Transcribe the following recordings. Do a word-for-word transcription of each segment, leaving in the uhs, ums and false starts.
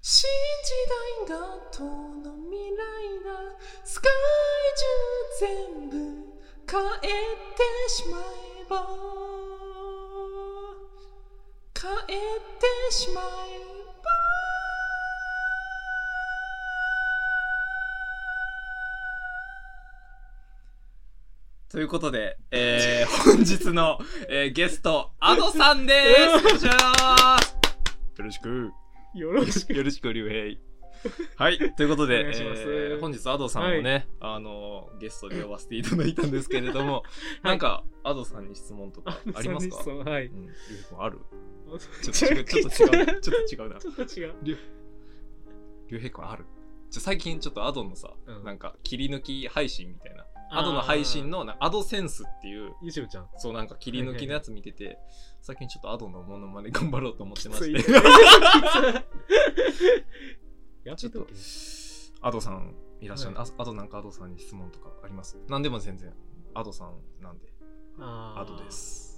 新時代が遠の未来だ。世界中全部変えてしまえば、変えてしまえば。ということで、えー、本日の、えー、ゲスト、アドさんです。よろしく。 よろしく。 よろしく、りゅうへい。はい、ということで、 お願いします。 えー、本日、アドさんをね、はい、あの、ゲストで呼ばせていただいたんですけれども、はい、なんか、アドさんに質問とかありますか？ はい。 うん、ある？ちょっと違う、ちょっと違う、ちょっと違うな。 ちょっと違う。 りゅうへいくんある？じゃ最近ちょっとアドのさ、うん、なんか切り抜き配信みたいな、アドの配信のアドセンスっていう YouTube ちゃん、 そうなんか切り抜きのやつ見てて、はいはいはい、最近ちょっとアドのモノマネ頑張ろうと思ってまして、 やってとアドさんいらっしゃる、はい、あとなんかアドさんに質問とかあります？なんでも全然アドさんなんでアドです。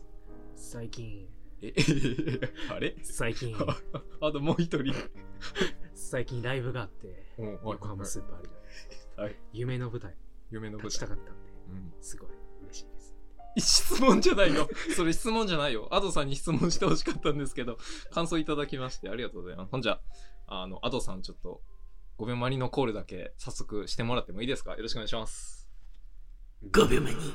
最近えあれ最近あともう一人最近ライブがあって横浜スーパーアリーナで、はい、夢の舞台夢の舞台立ちたかったんで、うん、すごい嬉しいです。 質問じゃないよそれ質問じゃないよ。アドさんに質問してほしかったんですけど、感想いただきましてありがとうございます。ほんじゃあのアドさんちょっとごびょうまにのコールだけ早速してもらってもいいですか？よろしくお願いします。 ごびょうまに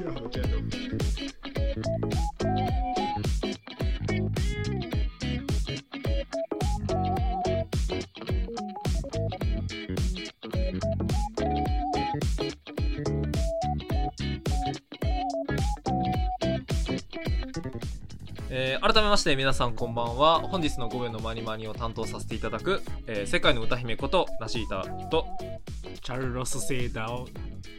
えー、改めまして皆さんこんばんは。本日のごびょうのマニマニを担当させていただく、えー、世界の歌姫ことナシータとチャルロス・セイダを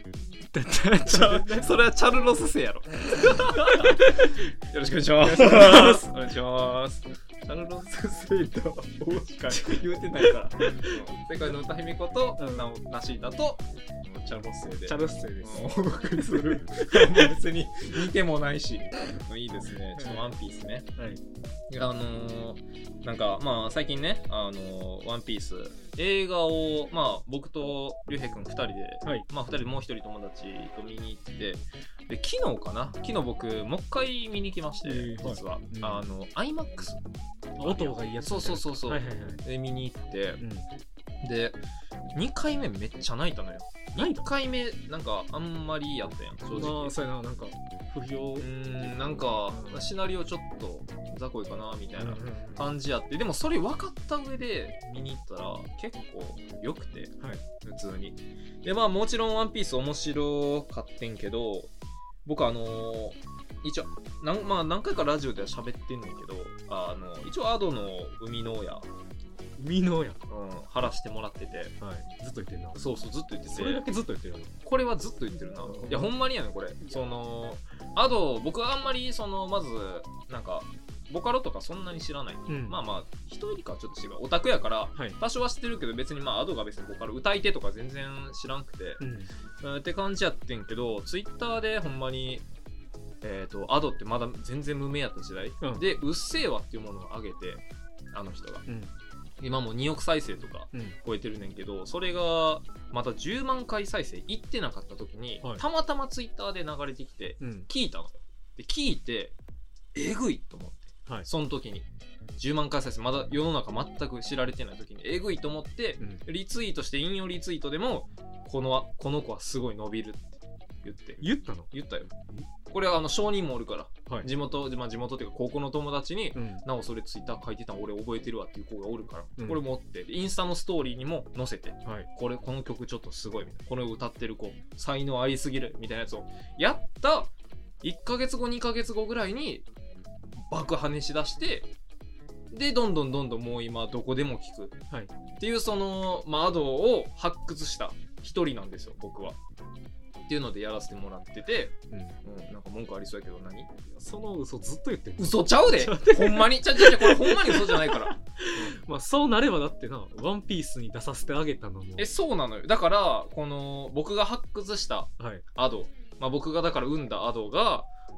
それはチャルロス生やろよろしくお願いしますお願いします。チャルロス生とおしか言うてないから世界の歌姫こと、うん、ナシータとチャルロス生でチャルロス生です。 お送りする別に似てもないしいいですね。ちょっとワンピースね、はい、あのー、なんかまあ最近ね、あのー、ワンピース映画をまあ僕とりゅうへいくんふたりで、はい、まあふたりもうひとり友達と見に行って、で昨日かな昨日僕もう一回見に行きまして、えー、実は、はい、あの アイマックス音がいいやつ、 そうそうそうそう、はいはいはい、で見に行って、うん、でにかいめめっちゃ泣いたのよ。いっかいめなんかあんまりやったやん正直。 ああそうやな、なんか不評、うーんなんか、うん、シナリオちょっと雑魚いかなみたいな感じやって、でもそれ分かった上で見に行ったら結構良くて、はい、普通に。でまあもちろんワンピース面白かってんけど、僕あのー、一応なん、まあ、何回かラジオでは喋ってんねんけど、あの一応アドの生みの親生みの親、うん、 貼らしてもらってて、 はい、ずっと言ってるな。 そうそうずっと言ってて、 それだけずっと言ってるの。これはずっと言ってるな。いやほんまにやねんこれ。そのアド僕はあんまりそのまずなんかボカロとかそんなに知らない、うん、まあまあ人よりかはちょっと違うオタクやから、はい、多少は知ってるけど別にまあアドが別にボカロ歌い手とか全然知らんくて、うん、って感じやってんけど、ツイッターでほんまにえーとアドってまだ全然無名やった時代、うん、でうっせぇわっていうものを上げてあの人が、うん、今もうにおく再生とか超えてるねんけど、うん、それがまたじゅうまんかい再生いってなかった時に、はい、たまたまツイッターで流れてきて、うん、聞いたのよ。で聞いてえぐいと思って、はい、その時にじゅうまんかい再生まだ世の中全く知られてない時にえぐいと思って、うん、リツイートして引用リツイートでもこのこの子はすごい伸びるって言って言ったの言ったよ。これはあの証人もおるから、はい、地元、まあ、地元っていうか高校の友達に、うん、なおそれツイッター書いてたの俺覚えてるわっていう子がおるから、うん、これ持ってインスタのストーリーにも載せて、はい、これこの曲ちょっとすごいみたいな、この歌ってる子才能ありすぎるみたいなやつをやったいっかげつごにかげつごぐらいに爆跳ねしだして、でどんどんどんどんもう今どこでも聴く、はい、っていうそのまあアドを発掘した一人なんですよ僕はっていうのでやらせてもらってて、うんうん、なんか文句ありそうやけど何？ その嘘ずっと言ってる。 嘘ちゃうでほんまにちゃちゃちゃこれほんまに嘘じゃないから、うん、 まあそうなればだってなワンピースに出させてあげたのもえそうなのよ。だからこの僕が発掘したアド、はい、まあ僕がだから生んだアドが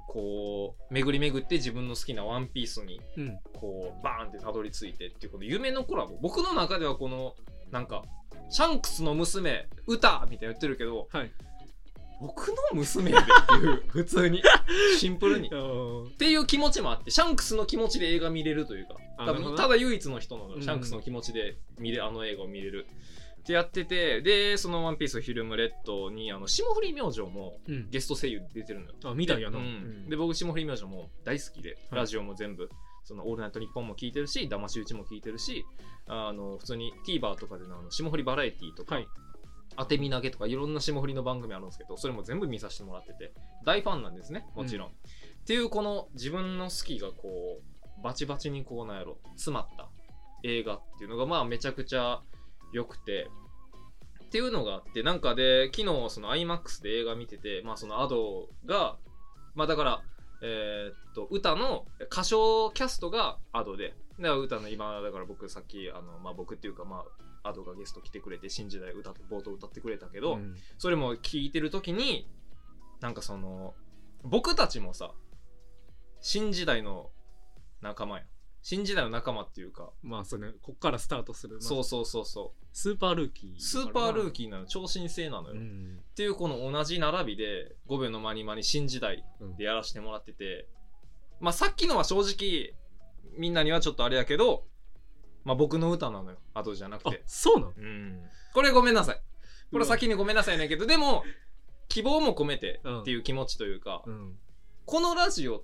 こう巡り巡って自分の好きなワンピースにこうバーンってたどり着いてっていうこの夢のコラボ、僕の中ではこのなんかシャンクスの娘歌みたいな言ってるけど、はい、僕の娘でっていう普通にシンプルにっていう気持ちもあって、シャンクスの気持ちで映画見れるというか、多分ただ唯一の人なの、シャンクスの気持ちで見れあの映画を見れるってやってて、でそのワンピースフィルムレッドにあの霜降り明星もゲスト声優出てるのよ、 うん、あ見たんやな、 うん、で僕霜降り明星も大好きで、はい、ラジオも全部そのオールナイトニッポンも聞いてるし、騙し討ちも聞いてるし、あの普通に TVer とかでのあの霜降りバラエティとか、はい、当て身投げとかいろんな霜降りの番組あるんですけど、それも全部見させてもらってて大ファンなんですね、もちろん、うん、っていうこの自分の好きがこうバチバチにこうなんやろ詰まった映画っていうのがまあめちゃくちゃ良くてっていうのがあって、なんかで昨日その アイマックス で映画見てて、まあその Ado がまあだからえー、っと歌の歌唱キャストが Ado で、だから歌の今だから僕さっきあのまあ僕っていうかまあAdoがゲスト来てくれて新時代歌って冒頭歌ってくれたけど、うん、それも聞いてる時になんかその僕たちもさ新時代の仲間や、新時代の仲間っていうか、 まあそれこっからスタートする、 そうそうそうそう、 スーパールーキースーパールーキーなの、超新星なのよ、うん、っていうこの同じ並びでごびょうの間に間に新時代でやらせてもらってて、うん、まあさっきのは正直みんなにはちょっとあれやけど、まあ僕の歌なのよ、あとじゃなくて。 あ、そうなの？ うん。これごめんなさい。これ先にごめんなさいねんけど、でも希望も込めてっていう気持ちというか、うんうん、このラジオって、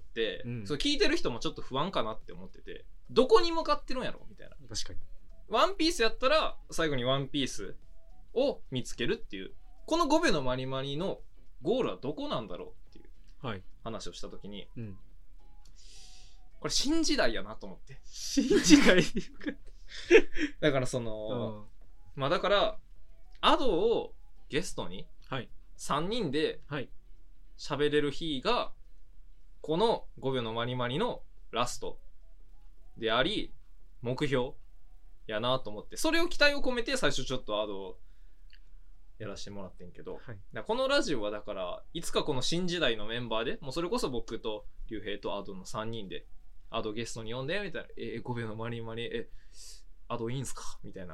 うん、そう聞いてる人もちょっと不安かなって思ってて、どこに向かってるんやろみたいな。 確かに。 ワンピースやったら最後にワンピースを見つけるっていう、このごびょうのマニマニのゴールはどこなんだろうっていう話をしたときに、はい、うん、これ新時代やなと思って。 新時代だからその、うん、まあだからAdoをゲストにさんにんで喋れる日がこのごびょうのマニマニのラストであり目標やなと思って、それを期待を込めて最初ちょっとAdoやらせてもらってんけど、はい、だこのラジオはだからいつかこの新時代のメンバーでもうそれこそ僕と竜兵とAdoのさんにんでAdoゲストに呼んでみたいな、えー、ごびょうのマニマニえAdoいいんすかみたいな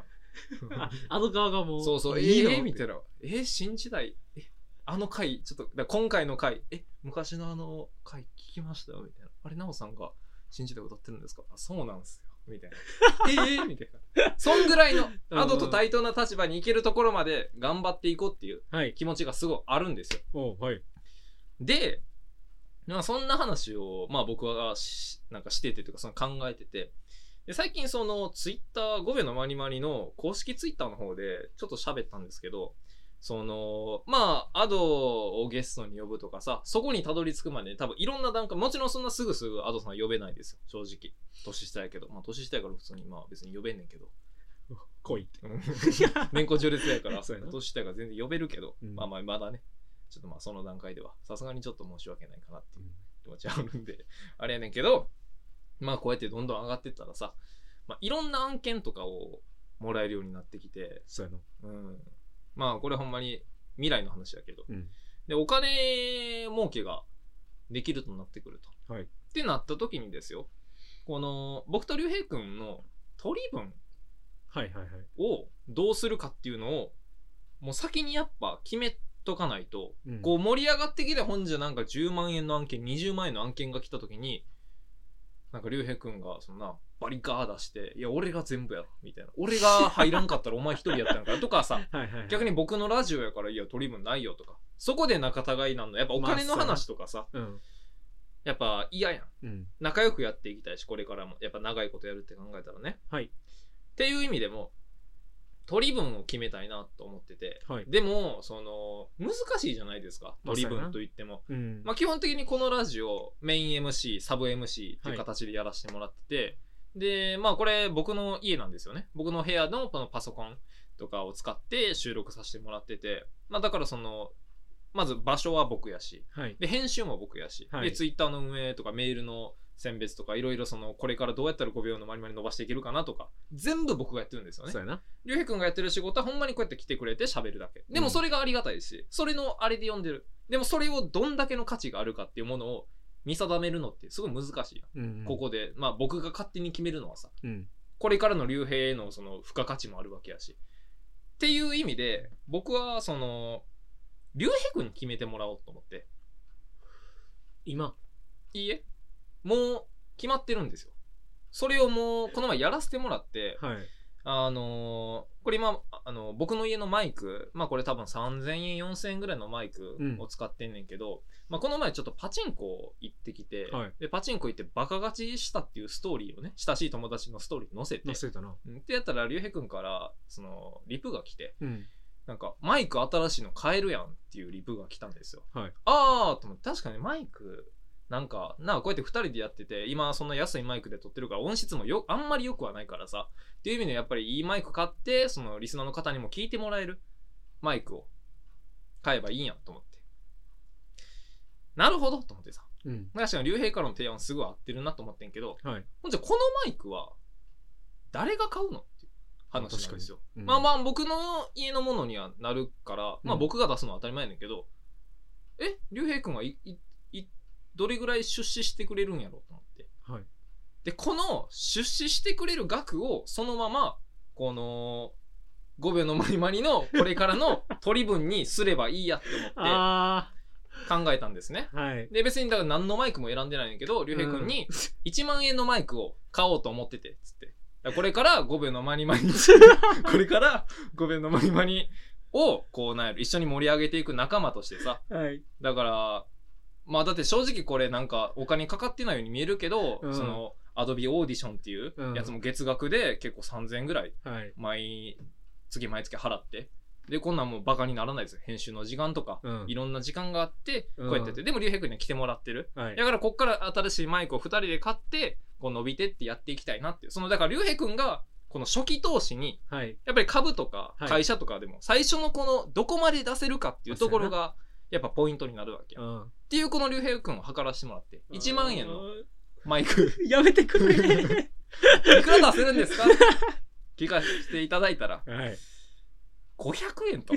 Ado側がもうそうそう、えー、えー、みたいな、えー、新時代えあの回ちょっとだ今回の回え昔のあの回聞きましたよみたいな、あれなおさんが新時代歌ってるんですか、あそうなんですよみたいなえーみたいな、そんぐらいのAdoと対等な立場に行けるところまで頑張っていこうっていう気持ちがすごいあるんですよ、 はい、 でまあそんな話をまあ僕はなんかしててというかその考えてて、で最近そのツイッターごびょうのマニマニの公式ツイッターの方でちょっと喋ったんですけど、そのまあAdoをゲストに呼ぶとかさ、そこにたどり着くまで多分いろんな段階、もちろんそんなすぐすぐAdoさん呼べないですよ正直、年下やけど、まあ年下やから普通にまあ別に呼べんねんけど来いって年功序列やから年下やから全然呼べるけど、うん、まあまあまだねちょっとまあその段階ではさすがにちょっと申し訳ないかなっていう気持ちあるんであれやねんけど、まあこうやってどんどん上がってったらさ、まあ、いろんな案件とかをもらえるようになってきて、 そうやな、 うん、まあこれほんまに未来の話だけど、うん、でお金儲けができるとなってくると、はい、ってなった時にですよ、この僕と竜兵くんの取り分をどうするかっていうのをもう先にやっぱ決めとかないと、うん、こう盛り上がってきた本じゃなんかじゅうまんえんの案件にじゅうまんえんの案件が来た時になんか竜兵くんがそんなバリガー出していや俺が全部やろみたいな、俺が入らんかったらお前一人やったんかとかさはいはい、はい、逆に僕のラジオやからいや取り分ないよとか、そこで仲違いなんのやっぱお金の話とかさ、まあうん、やっぱ嫌やん、うん、仲良くやっていきたいしこれからもやっぱ長いことやるって考えたらね、はい、っていう意味でも取り分を決めたいなと思ってて、はい、でもその難しいじゃないですか取り分といっても、うん、まあ基本的にこのラジオメイン エムシー サブ エムシー っていう形でやらせてもらってて、はい、でまあこれ僕の家なんですよね、僕の部屋のこのパソコンとかを使って収録させてもらってて、まあだからそのまず場所は僕やし、はい、で編集も僕やし、はい、でツイッターの運営とかメールの選別とかいろいろそのこれからどうやったらごびょうのマニマニ伸ばしていけるかなとか全部僕がやってるんですよね。 そうやな。 りゅうへいくんがやってる仕事はほんまにこうやって来てくれて喋るだけ。でもそれがありがたいし、それのあれで読んでる。でもそれをどんだけの価値があるかっていうものを見定めるのってすごい難しいや、うんうん、ここでまあ僕が勝手に決めるのはさ、うん、これからの竜兵へのその付加価値もあるわけやしっていう意味で僕はその竜兵君に決めてもらおうと思って。 今いいえもう決まってるんですよ。それをもうこの前やらせてもらって、はい、あのー、これ今あの僕の家のマイク、まあこれ多分さんぜんえんよんせんえんぐらいのマイクを使ってんねんけど、うん、まあこの前ちょっとパチンコ行ってきて、はい、でパチンコ行ってバカ勝ちしたっていうストーリーをね、親しい友達のストーリー載せて載せたなってやったら竜兵くんからそのリプが来て、うん、なんかマイク新しいの買えるやんっていうリプが来たんですよ、はい、あーと思って確かにマイクなんかなあこうやってふたりでやってて今そんな安いマイクで撮ってるから音質もよあんまり良くはないからさっていう意味でやっぱりいいマイク買ってそのリスナーの方にも聞いてもらえるマイクを買えばいいんやと思ってなるほどと思ってさ、うん、確かに竜兵からの提案すごい合ってるなと思ってんけど、はい、ほんじゃこのマイクは誰が買うのっていう話なんですよ、うん、まあまあ僕の家のものにはなるから、まあ僕が出すのは当たり前やねんけど、うん、え竜兵くんはいいどれぐらい出資してくれるんやろうと思って、はい、でこの出資してくれる額をそのままこのごびょうのまにまにのこれからの取り分にすればいいやって思って考えたんですね、はい、で別にだから何のマイクも選んでないんだけど竜兵くんにいちまんえんのマイクを買おうと思っててつってこれからごびょうのまにまにこれからごびょうのまにまにをこうなんやろ一緒に盛り上げていく仲間としてさ、はい、だからまあだって正直これなんかお金かかってないように見えるけど、うん、その Adobe Audition っていうやつも月額で結構さんぜんえんぐらい毎月毎月払ってでこんなんもうバカにならないですよ編集の時間とか、うん、いろんな時間があってこうやってて、うん、でも竜兵くんには来てもらってる、はい、だからこっから新しいマイクをふたりで買ってこう伸びてってやっていきたいなっていうそのだから竜兵くんがこの初期投資に、はい、やっぱり株とか会社とかでも最初のこのどこまで出せるかっていうところがやっぱポイントになるわけや、うん、っていうこの竜兵くんを測らせてもらっていちまんえんのマイクやめてくれいくら出せるんですか聞かせていただいたら、はい、ごひゃくえんと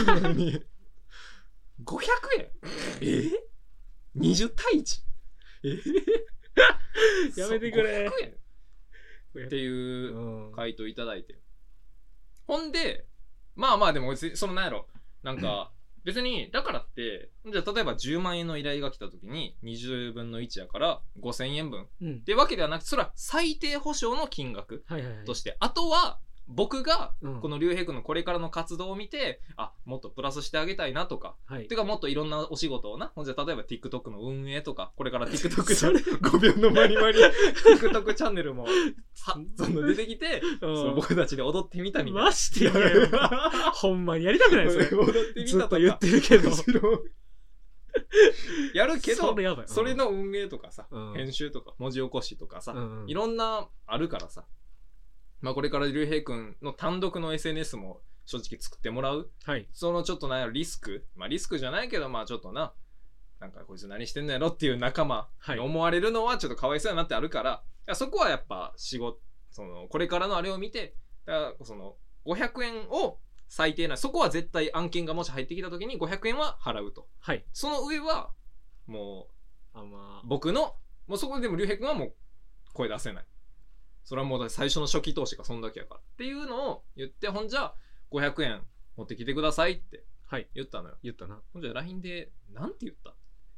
ごひゃくえんえー、にじゅうたいいちえー、やめてくれごひゃくえんっていう回答いただいて、うん、ほんでまあまあでもそのなんやろなんか別にだからってじゃあ例えばじゅうまんえんの依頼が来た時ににじゅうぶんのいちやからごせんえんぶん、うん、ってわけではなくてそれは最低保証の金額として、はいはいはい、あとは僕がこの竜兵くんのこれからの活動を見て、うん、あもっとプラスしてあげたいなとか、はい、てかもっといろんなお仕事をなほんじゃ例えば TikTok の運営とかこれから TikTok ごびょうのまにまに TikTok チャンネルもはその出てきて、うん、その僕たちで踊ってみたみたいなマジでやめよほんまにやりたくないですよ踊ってみたとかずっと言ってるけどやるけど そ, れやばい、うん、それの運営とかさ、うん、編集とか文字起こしとかさ、うんうん、いろんなあるからさまあこれから竜兵くんの単独の エスエヌエス も正直作ってもらう、はい、そのちょっとなんやろリスクまあリスクじゃないけどまあちょっとななんかこいつ何してんのやろっていう仲間に思われるのはちょっとかわいそうやなってあるから、はい、そこはやっぱ仕事そのこれからのあれを見てだからそのごひゃくえんを最低なそこは絶対案件がもし入ってきた時にごひゃくえんは払うと、はい、その上はもうあ、まあ、僕のもうそこででも竜兵くんはもう声出せないそれはもう最初の初期投資がそんだけやからっていうのを言ってほんじゃごひゃくえん持ってきてくださいって言ったのよ、はい、 言ったなほんじゃ ライン でなんて言った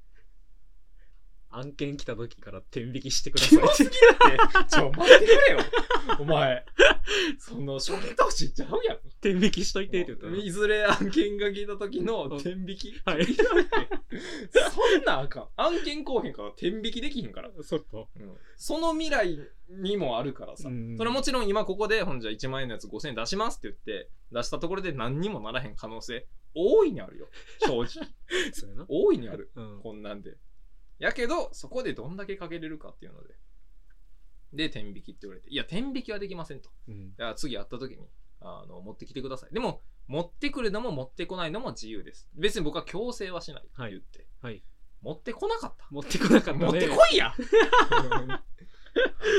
案件来た時から天引きしてくださいってちょ待ってくれよお前その初期投資ちゃうやん天引きしといてって言ったいずれ案件が来た時の天引きはいそんなあかん案件こうへんから天引きできへんからそっと、 うん、その未来にもあるからさ、うん、それはもちろん今ここでほんじゃいちまんえんのやつごせんえん出しますって言って出したところで何にもならへん可能性大いにあるよ正直そうやな大いにある、うん、こんなんでやけどそこでどんだけかけれるかっていうのでで天引きって言われていや天引きはできませんと、うん、だから次会った時にあの持ってきてくださいでも持ってくるのも持ってこないのも自由です別に僕は強制はしないって言って、はいはい、持ってこなかった持ってこなかった、ね、 持ってこいや、はい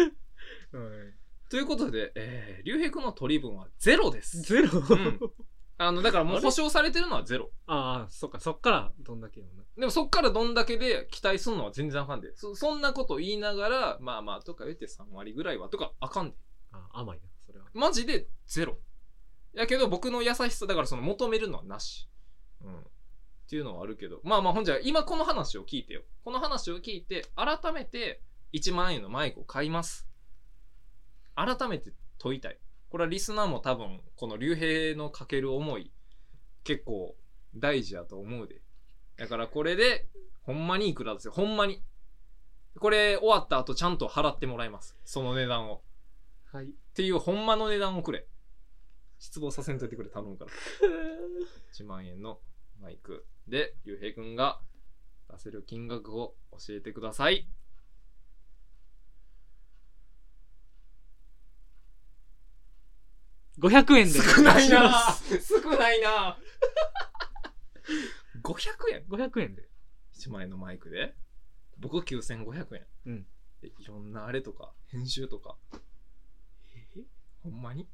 、ということで、えー、竜兵くんの取り分はゼロですゼロ、 うん、 あのだからもう保証されてるのはゼロ。 ああ、そっか、そっからどんだけやもんな。 でもそっからどんだけで期待するのは全然あかんで。そそんなこと言いながら、まあまあとか言ってさん割ぐらいはとかあかんで。 ああ、甘いな、それは。 マジでゼロ。やけど僕の優しさ、だからその求めるのはなし。うん。っていうのはあるけど。まあまあほんじゃ、今この話を聞いてよ。この話を聞いて、改めていちまんえんのマイクを買います。改めて問いたい。これはリスナーも多分、この竜兵のかける思い、結構大事やと思うで。だからこれで、ほんまにいくらですよ。ほんまに。これ終わった後ちゃんと払ってもらいます。その値段を。 はい。 っていうほんまの値段をくれ。失望させんといてくれ、頼むから。いちまんえんのマイクで、竜兵くんが出せる金額を教えてください。 ごひゃくえんで。 少ないな少ないなごひゃくえん ?ごひゃく 円で。いちまんえんのマイクで僕きゅうせんごひゃくえん。うん。でいろんなあれとか、編集とか。えほんまに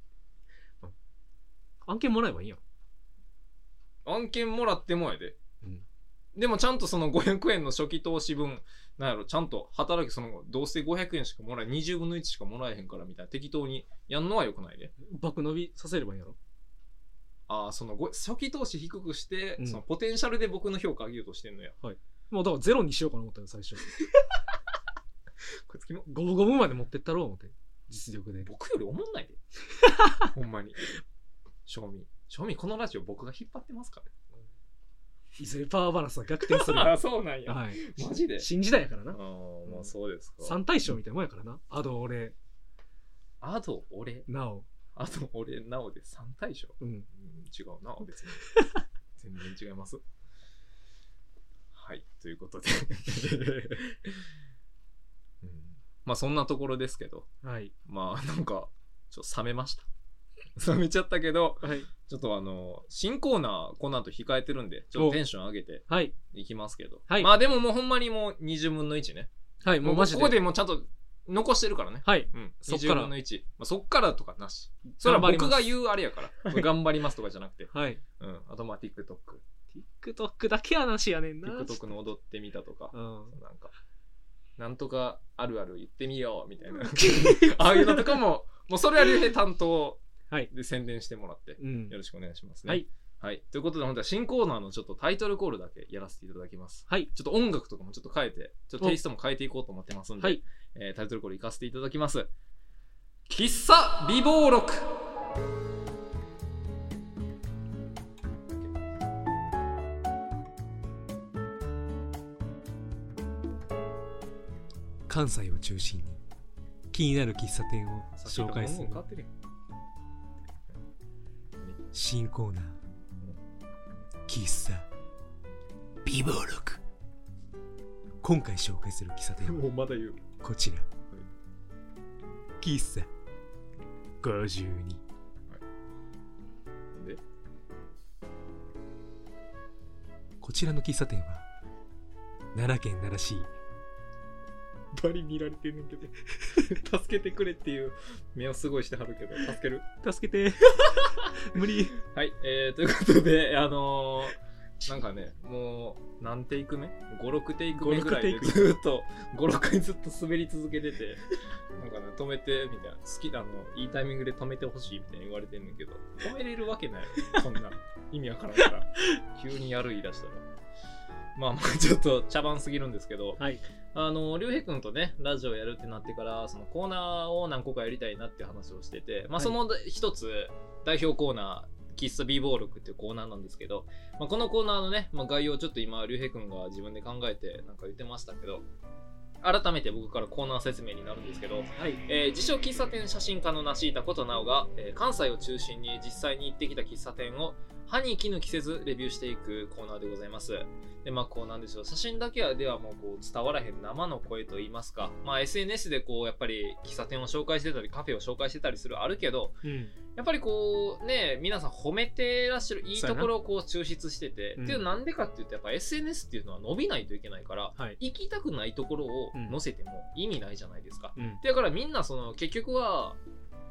案件もらえばいいやん。 案件もらってもやで。うん。でもちゃんとそのごひゃくえんの初期投資分、なんやろ、ちゃんと働き、その、どうせごひゃくえんしかもらえ、にじゅうぶんのいちしかもらえへんからみたいな適当にやんのはよくないで。 爆伸びさせればいいやろ。 ああ、そのご、初期投資低くして、うん、そのポテンシャルで僕の評価上げようとしてんのや。 はい。もうだからゼロにしようかな思ったよ、最初。 こいつきも五分五分まで持ってったろう思って。実力で。 僕よりおもんないで。ほんまに。賞味。賞味このラジオ僕が引っ張ってますからね。 いずれパワーバランスは逆転する。 ああ、そうなんや。 はい。 マジで新時代やからな。ああ、 まあそうですか。 三大将みたいなもんやからな。アド、俺。 アド、俺。 なお。 アド、俺、なおで三大将。うん。うん、違うな、別に。全然違います。はい、ということで。うん、まあそんなところですけど。はい。まあなんか、ちょっと冷めました。冷めちゃったけど、はい、ちょっとあの新コーナーこの後控えてるんでちょっとテンション上げていきますけど、はい、まあでももうほんまにもうにじゅうぶんのいちね。はい、もうマジでここでもうちゃんと残してるからね。はい、うん、そっからにじゅうぶんのいち、まあ、そっからとかなし。それは僕が言うあれやから頑張りますとかじゃなくて、はい、うん、あとまあ TikTok TikTok だけ話やねんな。 TikTok の踊ってみたとか、うん、なんかなんとかあるある言ってみようみたいなああいうのとかももうそれは竜兵担当はい、で宣伝してもらって、うん、よろしくお願いしますね。はい、はい、ということで本当は新コーナーのちょっとタイトルコールだけやらせていただきます。はい、ちょっと音楽とかもちょっと変えて、ちょっとテイストも変えていこうと思ってますんで、はい、えー、タイトルコール行かせていただきます。喫茶美貌録。 関西を中心に気になる喫茶店を紹介する新コーナー、喫茶美貌録。今回紹介する喫茶店はまだ言うこちら、はい、喫茶ごじゅうに、はい、でこちらの喫茶店は奈良県奈良市。 バリ見られてんねんけど助けてくれっていう目をすごいしてはるけど、助ける助けて無理。 はい、えー、ということであのー、なんかねもう何テイク目 ごろく テイク目ぐらいでずっとごろっかいずっと滑り続けててなんかね止めてみたいな、好きあのいいタイミングで止めてほしいみたいに言われてんねんけど、止めれるわけないそんな意味わからんから急にやる言い出したらまあまあちょっと茶番すぎるんですけど、はい、あの竜兵くんとねラジオやるってなってからそのコーナーを何個かやりたいなっていう話をしてて、まあその一つ代表コーナー喫茶美貌録っていうコーナーなんですけど、まあ、このコーナーのね、まあ、概要をちょっと今竜兵くんが自分で考えてなんか言ってましたけど、改めて僕からコーナー説明になるんですけど、はい、えー、自称喫茶店写真家の梨田こと直が、えー、関西を中心に実際に行ってきた喫茶店を歯に衣着せずレビューしていくコーナーでございます。で、まあこうなんでしょう、写真だけはではもうこう伝わらへん生の声といいますか、まあ エスエヌエス でこうやっぱり喫茶店を紹介してたりカフェを紹介してたりするあるけど、うん、やっぱりこうね皆さん褒めてらっしゃるいいところをこう抽出してて、っていうなんでかっていうとやっぱ エスエヌエス っていうのは伸びないといけないから、はい、行きたくないところを載せても意味ないじゃないですか。うん、だからみんなその結局は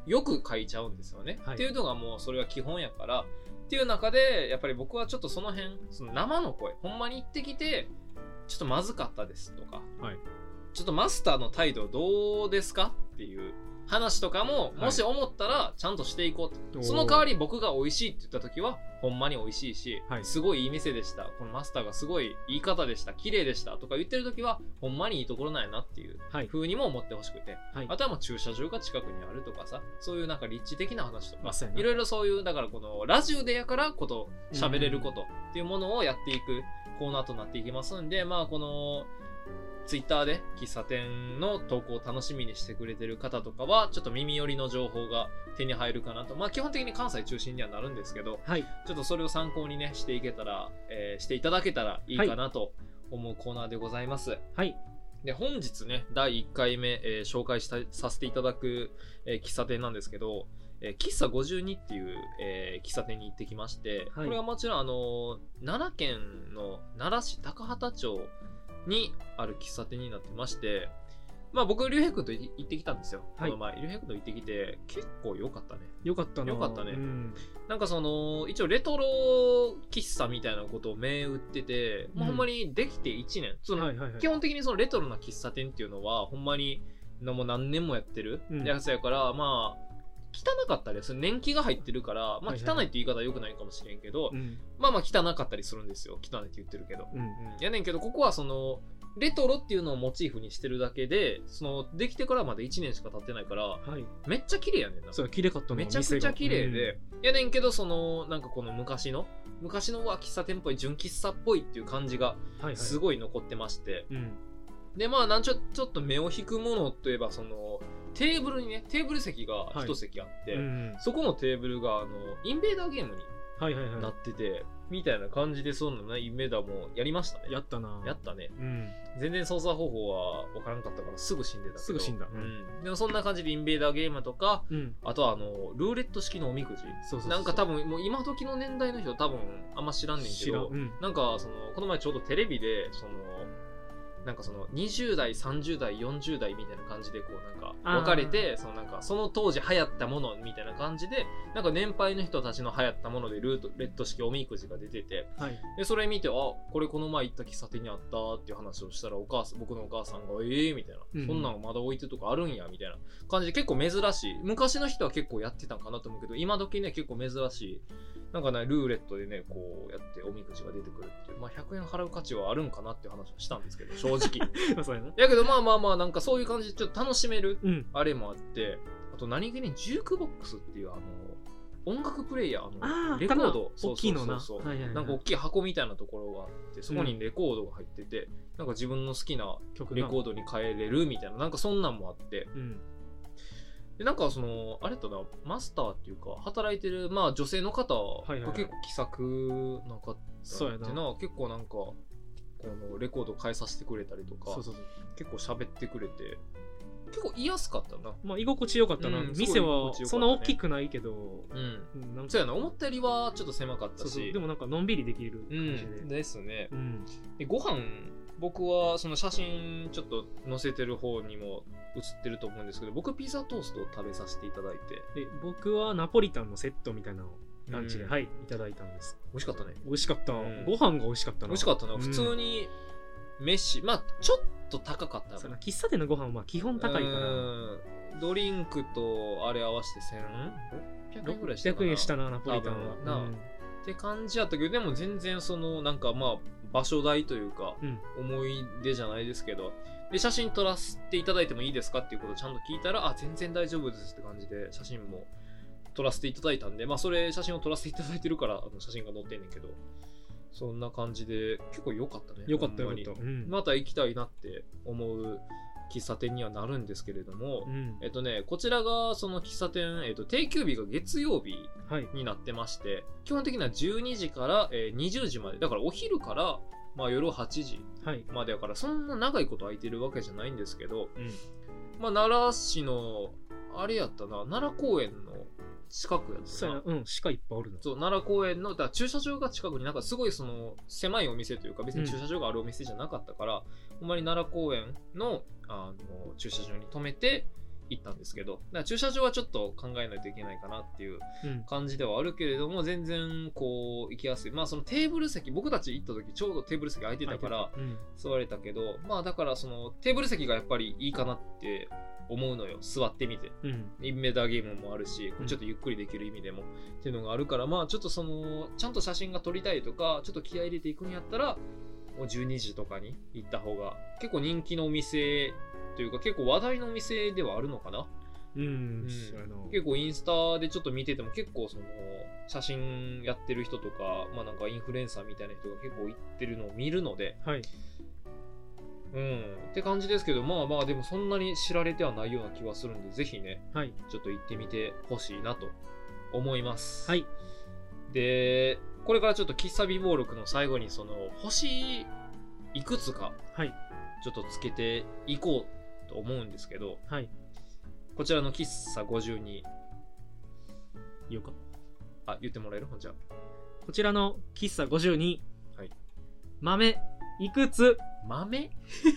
よく書いちゃうんですよね、はい、っていうのがもうそれは基本やからっていう中でやっぱり僕はちょっとその辺その生の声ほんまに言ってきてちょっとまずかったですとか、はい、ちょっとマスターの態度どうですかっていう話とかももし思ったらちゃんとしていこうと、はい、その代わり僕が美味しいって言った時はほんまに美味しいし、はい、すごいいい店でした、このマスターがすごいいい方でした、綺麗でしたとか言ってる時はほんまにいいところなんやなっていう風にも思ってほしくて、はい、あとはもう駐車場が近くにあるとかさ、そういうなんか立地的な話とかいろいろそういうだからこのラジオでやからこと喋れることっていうものをやっていくコーナーとなっていきますんで、まあこのツイッターで喫茶店の投稿を楽しみにしてくれてる方とかはちょっと耳寄りの情報が手に入るかなと。まあ基本的に関西中心にはなるんですけど、はい、ちょっとそれを参考にねしていけたら、えー、していただけたらいいかなと思うコーナーでございます。はい。で本日ねだいいっかいめ、えー、紹介したさせていただく、えー、喫茶店なんですけど、えー、喫茶ごじゅうにっていう、えー、喫茶店に行ってきまして、はい、これはもちろんあのー、奈良県の奈良市高畑町にある喫茶店になってまして、まあ僕竜兵君と行ってきたんですよ、はい、この前竜兵君と行ってきて結構良かったね。 良かったな。 良かったね、うん、なんかその一応レトロ喫茶みたいなことを銘打ってて、うん、ほんまにできていちねん、その、はいはいはい、基本的にそのレトロな喫茶店っていうのはほんまにもう何年もやってるやつやから、うん、まあ汚かったりその年季が入ってるから、まあ、汚いって言い方は良くないかもしれんけど、はいはいはい、まあまあ汚かったりするんですよ。汚いって言ってるけど、うんうん、やねんけどここはそのレトロっていうのをモチーフにしてるだけで、そのできてからまだいちねんしか経ってないから、はい、めっちゃ綺麗やねんな。 そう綺麗かったの。 めちゃくちゃ綺麗で、うん、やねんけどそのなんかこの昔の昔のは喫茶店っぽい純喫茶っぽいっていう感じがすごい残ってまして、はいはい、うん、でまあなんちょちょっと目を引くものといえばそのテーブルにねテーブル席が一席あって、はい、うん、そこのテーブルがあのインベーダーゲームになってて、はいはいはい、みたいな感じでそんなねインベーダーもやりましたね。 やったな。 やったね、うん、全然操作方法は分からんかったからすぐ死んでたけど、 すぐ死んだ、 うん、でもそんな感じでインベーダーゲームとか、うん、あとはあのルーレット式のおみくじ、そうそうそう、なんか多分もう今時の年代の人多分あんま知らんねんけど、うん、なんかそのこの前ちょうどテレビでそのなんかそのにじゅうだいさんじゅうだいよんじゅうだいみたいな感じでこうなんか分かれて、そのなんかその当時流行ったものみたいな感じでなんか年配の人たちの流行ったものでルートレッド式おみくじが出てて、はい、でそれ見てあこれこの前行った喫茶店にあったっていう話をしたらお母さん僕のお母さんがええー、みたいな、うん、そんなのまだ置いてるとかあるんやみたいな感じで結構珍しい。昔の人は結構やってたんかなと思うけど今時ね結構珍しいなんかねルーレットでねこうやっておみくじが出てくるっていう、まあひゃくえん払う価値はあるんかなっていう話はしたんですけど正直そうやな。やけどまあまあまあなんかそういう感じでちょっと楽しめる、うん、あれもあって、あと何気にジュークボックスっていうあの音楽プレイヤーのレコード、 大きいのな、 そうそうそう、はいはいはい、なんか大きい箱みたいなところがあってそこにレコードが入ってて、うん、なんか自分の好きなレコードに変えれるみたいななんかそんなんもあって、うん、でなんかそのあれとなマスターっていうか働いてるまあ女性の方が結構気さくな方ってな、結構なんかこのレコード変えさせてくれたりとか、そうそうそう、結構喋ってくれて結構居やすかったな。 まあ居心地よかったな、うん、店はそんな大きくないけど、 うん、なんかそうやな、思ったよりはちょっと狭かったし、そうそう、 でもなんかのんびりできる感じで、 うん、ですね、うん、でご飯僕はその写真ちょっと載せてる方にも写ってると思うんですけど、僕ピザトーストを食べさせていただいて、 で僕はナポリタンのセットみたいなのをランチで、うん、はいいただいたんです。 美味しかったね。 美味しかった、うん、ご飯が美味しかったな。 美味しかったな、うん、普通に飯まあちょっと高かった。 その喫茶店のご飯はまあ基本高いから、 ドリンクとあれ合わせてせんろっぴゃくえんぐらいしたかな。ろっぴゃくえんしたなナポリタンはな、うん、って感じやったけど、でも全然そのなんかまあ場所代というか、うん、思い出じゃないですけど、で写真撮らせていただいてもいいですかっていうことをちゃんと聞いたら、あ全然大丈夫ですって感じで写真も撮らせていただいたんで、まあそれ写真を撮らせていただいてるからあの写真が載ってんねんけど、そんな感じで結構良かったね。 良かったよかった、うん、 また行きたいなって思う喫茶店にはなるんですけれども、うん、えっとねこちらがその喫茶店、えっと、定休日が月曜日になってまして、はい、基本的にはじゅうにじから、えー、にじゅうじまでだからお昼から、まあ、夜はちじまでだからそんな長いこと空いてるわけじゃないんですけど、うん、まあ奈良市のあれやったな、奈良公園の近くやったな。 うん、鹿いっぱいおるの。 そう、奈良公園の、だから駐車場が近くになんかすごいその狭いお店というか別に駐車場があるお店じゃなかったから、うん、ほんまに奈良公園の、あの駐車場に止めて行ったんですけど、だから駐車場はちょっと考えないといけないかなっていう感じではあるけれども、うん、全然こう行きやすい。まあそのテーブル席、僕たち行った時ちょうどテーブル席空いてたから座れたけど、うん、まあだからそのテーブル席がやっぱりいいかなって思うのよ、座ってみて、うん、インベーダーゲームもあるし、ちょっとゆっくりできる意味でも、うん、っていうのがあるから、まあちょっとそのちゃんと写真が撮りたいとかちょっと気合い入れていくんやったらもうじゅうにじとかに行った方が結構人気のお店というか結構話題のお店ではあるのかな。うん、うん、結構インスタでちょっと見てても結構その写真やってる人とか、まあなんかインフルエンサーみたいな人が結構行ってるのを見るので、はい、うん、って感じですけど、まあまあでもそんなに知られてはないような気はするんで、ぜひね、はい、ちょっと行ってみてほしいなと思います。はい。で、これからちょっと喫茶美貌録の最後にその星いくつかちょっとつけていこうと思うんですけど、はい、こちらの喫茶ごじゅうに言うか、あ、言ってもらえる？じゃあこちらの喫茶ごじゅうに、はい、豆いくつ？ 豆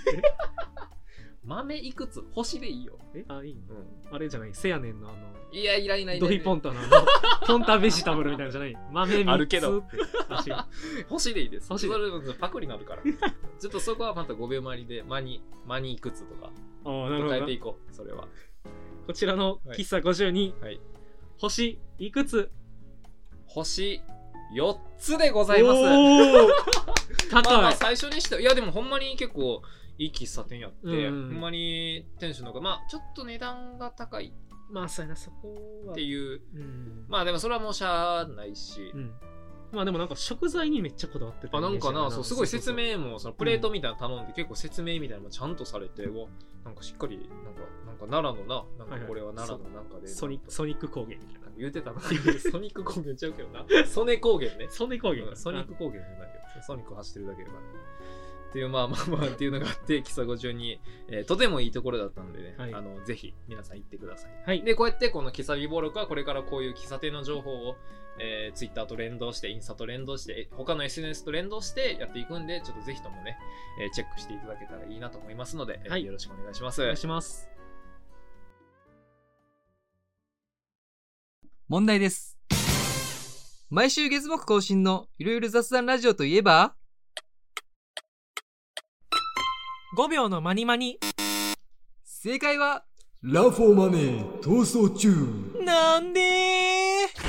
豆いくつ？星でいいよ。 え、あ、いい、うん、あれじゃない、せやねんのあの、 いや、いらいない、 ドヒポンタのあのポンタベジタブルみたいなのじゃない、豆みっつあるけど星でいいです。星でパクリになるからちょっとそこはまたごびょう回りで間に間にいくつとか変えていこう。それはこちらの喫茶ごじゅうに、はい、星いくつ？ 星よっつでございます。高い。まあまあ最初にして、いやでもほんまに結構いい喫茶店やって、うん、ほんまに店主の方が、まあちょっと値段が高い。 まあそうやな、そこは。 っていう。うん、まあでもそれはもうしゃあないし。うん、 まあでもなんか食材にめっちゃこだわってて。 あ、なんかな、そう、すごい説明も、そのプレートみたいなの頼んで、結構説明みたいなのもちゃんとされて、うん、なんかしっかり、なんか、なんか奈良のな、なんかこれは奈良のなんかで。 ソニソニック高原みたいな。 言うてたな。ソニック高原ちゃうけどな。ソネ高原ね。 ソネ高原、うん。 ソニック高原じゃないよ。ソニック走ってるだけだから。っていう、まあまあまあっていうのがあって、喫茶ごじゅうに、えー、とてもいいところだったのでね、はい、あの、ぜひ皆さん行ってください。はい。で、こうやってこの喫茶美貌録はこれからこういう喫茶店の情報を、えー、Twitter と連動して、インスタと連動して、他の エスエヌエス と連動してやっていくんで、ちょっとぜひともね、えー、チェックしていただけたらいいなと思いますので、はい、えー、よろしくお願いします。 お願いします。 問題です。毎週月木更新のゆるゆる雑談ラジオといえばごびょうのマニマニ。 正解はラフォーマネー逃走中。 なんでー。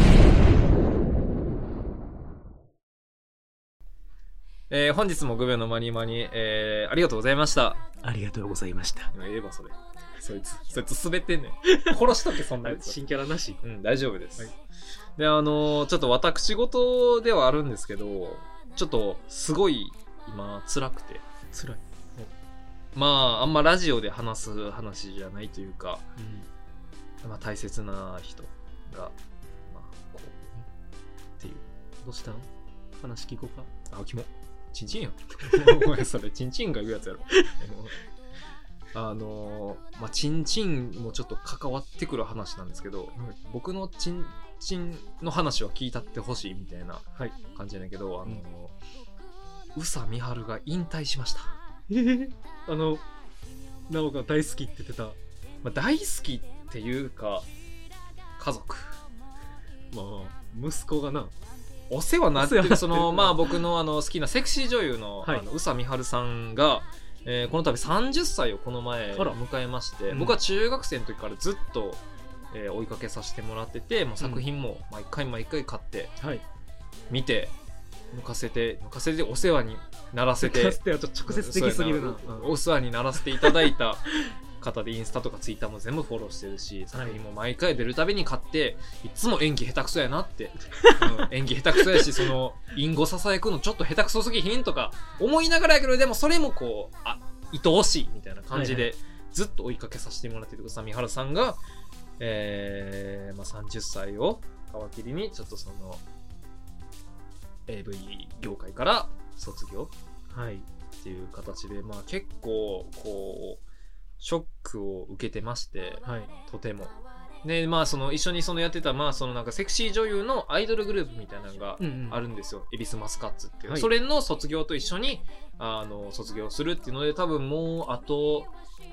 えー、本日もごびょうのマニマニ、えー、ありがとうございました。 ありがとうございました。 ええわそれ。そいつそいつ滑ってんねん。殺しとけそんなやつ。 新キャラなし。 うん、大丈夫です。はい、で、あのー、ちょっと私事ではあるんですけど、ちょっとすごい今辛くて。 辛い。 まああんまラジオで話す話じゃないというか、うん、まあ大切な人がまあこうっていう。 どうしたん？話聞こうか。 あ、キモ。チンチンやん。お前それチンチンが言うやつやろ。あのー、まあチンチンもちょっと関わってくる話なんですけど、はい、僕のチンチンの話は聞いたってほしいみたいな感じやねんけど、はい、あのー、宇佐美春が引退しました。 あの、なおが大好きって言ってた。まあ、大好きっていうか、家族。 まあ、息子がな。 お世話になってる、その、まあ僕のあの好きなセクシー女優の、はい、あの宇佐美春さんが、えー、この度さんじゅっさいをこの前迎えまして、うん、僕は中学生の時からずっと、えー、追いかけさせてもらってて、もう作品も毎回毎回買って、うん、見て、抜かせて、抜かせてお世話にならせて、 抜かせてはちょっと直接的すぎるな。 お世話にならせていただいた方でインスタとかツイッターも全部フォローしてるし、作品も毎回出るたびに買って、いつも演技下手くそやなって、うん、演技下手くそやし、その隠語ささやくのちょっと下手くそすぎひんとか思いながらやけど、でもそれもこう、あ、愛おしいみたいな感じでずっと追いかけさせてもらっている宇佐美春さんが、えーまあ、さんじゅっさいを皮切りにちょっとその エーブイ 業界から卒業、はい、っていう形で、まあ、結構こうショックを受けてまして、はい、とても。で、まあ、その一緒にそのやってた、まあ、そのなんかセクシー女優のアイドルグループみたいなのがあるんですよ。エビスマスカッツっていう、はい。それの卒業と一緒にあの卒業するっていうので、多分もうあと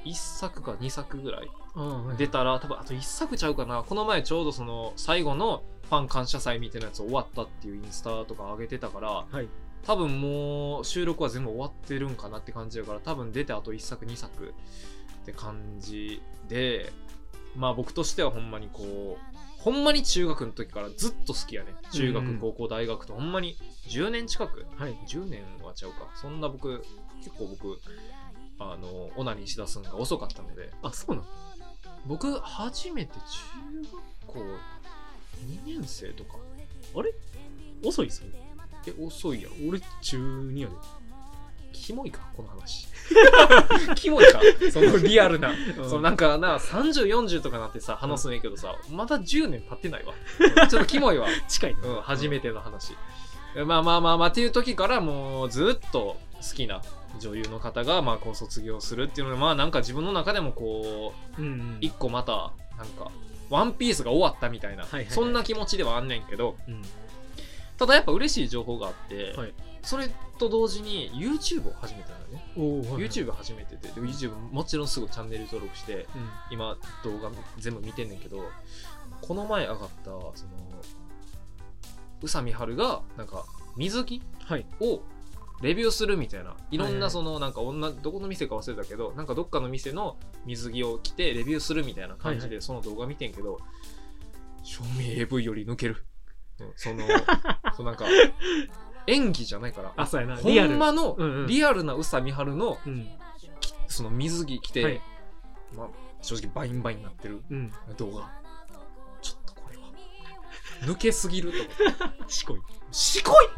いっさくかにさくぐらいあ出たら、多分あといっさくちゃうかな。この前ちょうどその最後のファン感謝祭みたいなやつ終わったっていうインスタとか上げてたから、 はい、 多分もう収録は全部終わってるんかなって感じだから、多分出てあといっさくにさくって感じで、まあ僕としてはほんまにこうほんまに中学の時からずっと好きやね。中学、うん、高校、大学とほんまにじゅうねん近く、はい、じゅうねんはちゃうか。そんな僕結構僕あのオナニーしだすのが遅かったので。 あ、そうなの？ 僕初めて中学校にねん生とか。 あれ？遅いっすよ。 え、遅いやろ。 俺中にやで。 キモいかこの話。キモいかそのリアルな、うん、そのなんかなさんじゅう、よんじゅうとかなってさ話すんやけどさ、まだじゅうねん経ってないわ。ちょっとキモいわ。 近いな、 うん、初めての話。うん、まあまあまあまあっていう時からもうずっと好きな女優の方がまあこう卒業するっていうので、まあなんか自分の中でもこう、うんうん、一個またなんかワンピースが終わったみたいな、はいはいはい、そんな気持ちではあんねんけど、うん、ただやっぱ嬉しい情報があって、はい、それと同時に YouTube を始めたんだね。お、はいはい、YouTube 始めてて、で YouTube もちろんすぐチャンネル登録して、うん、今動画全部見てんねんけど、この前上がったその宇佐美春がなんか水着をレビューするみたいな、いろんなそのなんか女どこの店か忘れたけど、なんかどっかの店の水着を着てレビューするみたいな感じでその動画見てんけど、照明 エーブイ より抜ける。そのそうなんか演技じゃないから、 あ、そうやな、 ほんまのリアルな宇佐美春の、うん、その水着着て、はい、まあ、正直バインバインになってる動画、うん、ちょっとこれは抜けすぎると思ってしこいしこい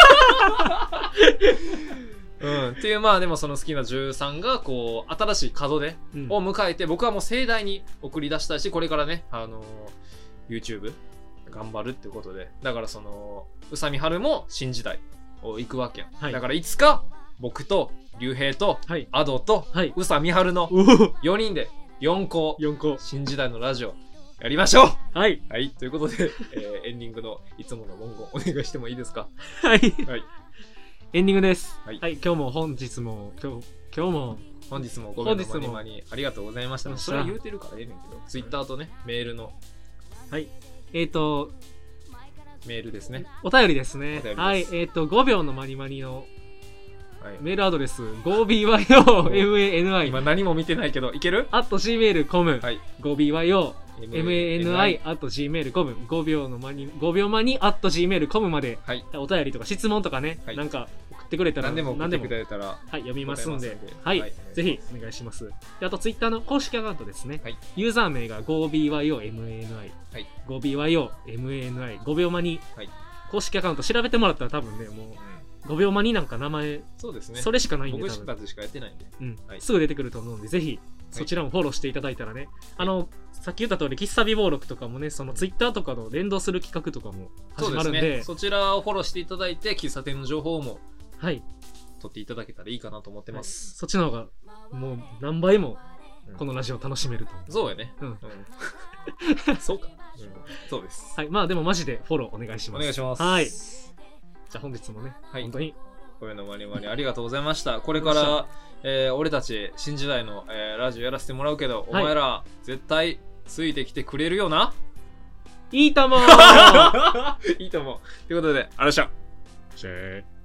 うん、っていうまあでもその好きな女優さんがこう新しい門出を迎えて、うん、僕はもう盛大に送り出したいし、これからね、あのー、YouTube頑張るってことで、だからその宇佐美春も新時代を行くわけや、はい、だからいつか僕と竜兵と、はい、アドと、はい、宇佐美春のよにんでよん校新時代のラジオやりましょう。はい、はい、ということで、えー、エンディングのいつもの文言お願いしてもいいですか？ はい、はい、エンディングです。はい、はい、今日も本日も今日今日も本日もごめんなさいまにありがとうございました。それは言うてるからええねんけど、ツイッターとねメールの、 はい、えーとメールですね。 お便りですね。はい、えーとごびょうのマニマニのメールアドレス ごビーワイオーエムエーエヌアイ今何も見てないけどいける at ジーメールドットコム、はい、ごビーワイオーエムエーエヌアイ at ジーメールドットコム ごびょうのマニごびょうマニ at ジーメールドットコム まで、はい、お便りとか質問とかね、はい、なんか送ってくれたら何でも送ってくれたら、 はい、読みますんで、はい、はい、ぜひお願いします。であとツイッターの公式アカウントですね、はい、ユーザー名が ごビーワイオーエムエーエヌアイ、はい、ごビーワイオーエムエーエヌアイ ごびょうマニ、はい、公式アカウント調べてもらったら多分ねもう、うんごびょうマニなんか名前そうですね、 それしかないんで、 僕たちしかやってないんで、 うん、はい、すぐ出てくると思うんで、ぜひそちらもフォローしていただいたらね、はい、あのさっき言った通り喫茶美貌録とかもね、そのツイッターとかの連動する企画とかも始まるん で, そ, で、ね、 そちらをフォローしていただいて喫茶店の情報もはい取っていただけたらいいかなと思ってます、 はい、そっちの方がもう何倍もこのラジオ楽しめると思う、 うん、そうやね、うんうん、そうか、うん、そうです。 はい、まあでもマジでフォローお願いします。 お願いします。 はい、じゃあ本日もね、はい、本当にこれのマニマニありがとうございました。これから、えー、俺たち新時代の、えー、ラジオやらせてもらうけど、はい、お前ら絶対ついてきてくれるよな。 いいともいいとも。ということで、あらっしゃ。 シェー